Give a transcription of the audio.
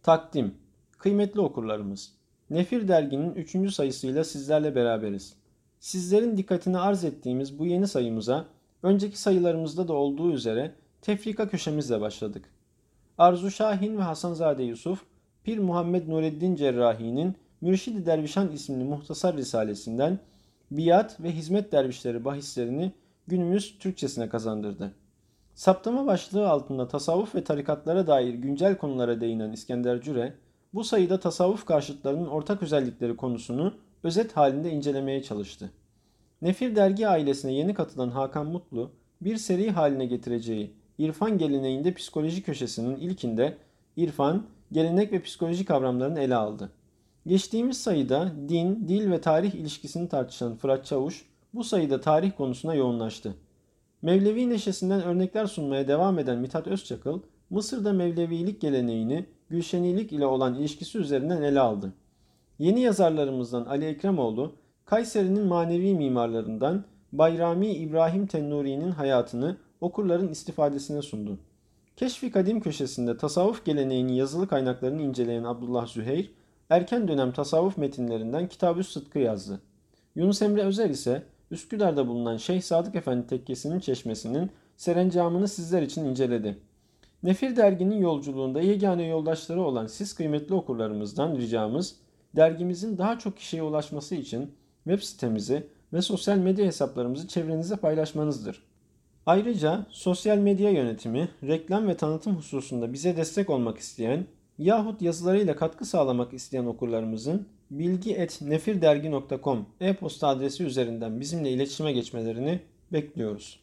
Takdim. Kıymetli okurlarımız, Nefir Dergi'nin 3. sayısıyla sizlerle beraberiz. Sizlerin dikkatini arz ettiğimiz bu yeni sayımıza, önceki sayılarımızda da olduğu üzere tefrika köşemizle başladık. Arzu Şahin ve Hasanzade Yusuf, Pir Muhammed Nureddin Cerrahi'nin Mürşid-i Dervişan isimli muhtasar risalesinden biat ve hizmet dervişleri bahislerini günümüz Türkçesine kazandırdı. Saptama başlığı altında tasavvuf ve tarikatlara dair güncel konulara değinen İskender Cüre, bu sayıda tasavvuf karşıtlarının ortak özellikleri konusunu özet halinde incelemeye çalıştı. Nefir Dergi ailesine yeni katılan Hakan Mutlu, bir seri haline getireceği İrfan Geleneğinde Psikoloji köşesinin ilkinde irfan, gelenek ve psikoloji kavramlarını ele aldı. Geçtiğimiz sayıda din, dil ve tarih ilişkisini tartışan Fırat Çavuş, bu sayıda tarih konusuna yoğunlaştı. Mevlevi neşesinden örnekler sunmaya devam eden Mithat Özçakıl, Mısır'da Mevlevilik geleneğini Gülşenilik ile olan ilişkisi üzerinden ele aldı. Yeni yazarlarımızdan Ali Ekremoğlu, Kayseri'nin manevi mimarlarından Bayrami İbrahim Tennuri'nin hayatını okurların istifadesine sundu. Keşfi Kadim köşesinde tasavvuf geleneğinin yazılı kaynaklarını inceleyen Abdullah Züheyr, erken dönem tasavvuf metinlerinden Kitab-ı Sıdk'ı yazdı. Yunus Emre Özer ise Üsküdar'da bulunan Şeyh Sadık Efendi Tekkesi'nin çeşmesinin serencamını sizler için inceledi. Nefir Dergi'nin yolculuğunda yegane yoldaşları olan siz kıymetli okurlarımızdan ricamız, dergimizin daha çok kişiye ulaşması için web sitemizi ve sosyal medya hesaplarımızı çevrenize paylaşmanızdır. Ayrıca sosyal medya yönetimi, reklam ve tanıtım hususunda bize destek olmak isteyen yahut yazılarıyla katkı sağlamak isteyen okurlarımızın bilgi@nefirdergi.com e-posta adresi üzerinden bizimle iletişime geçmelerini bekliyoruz.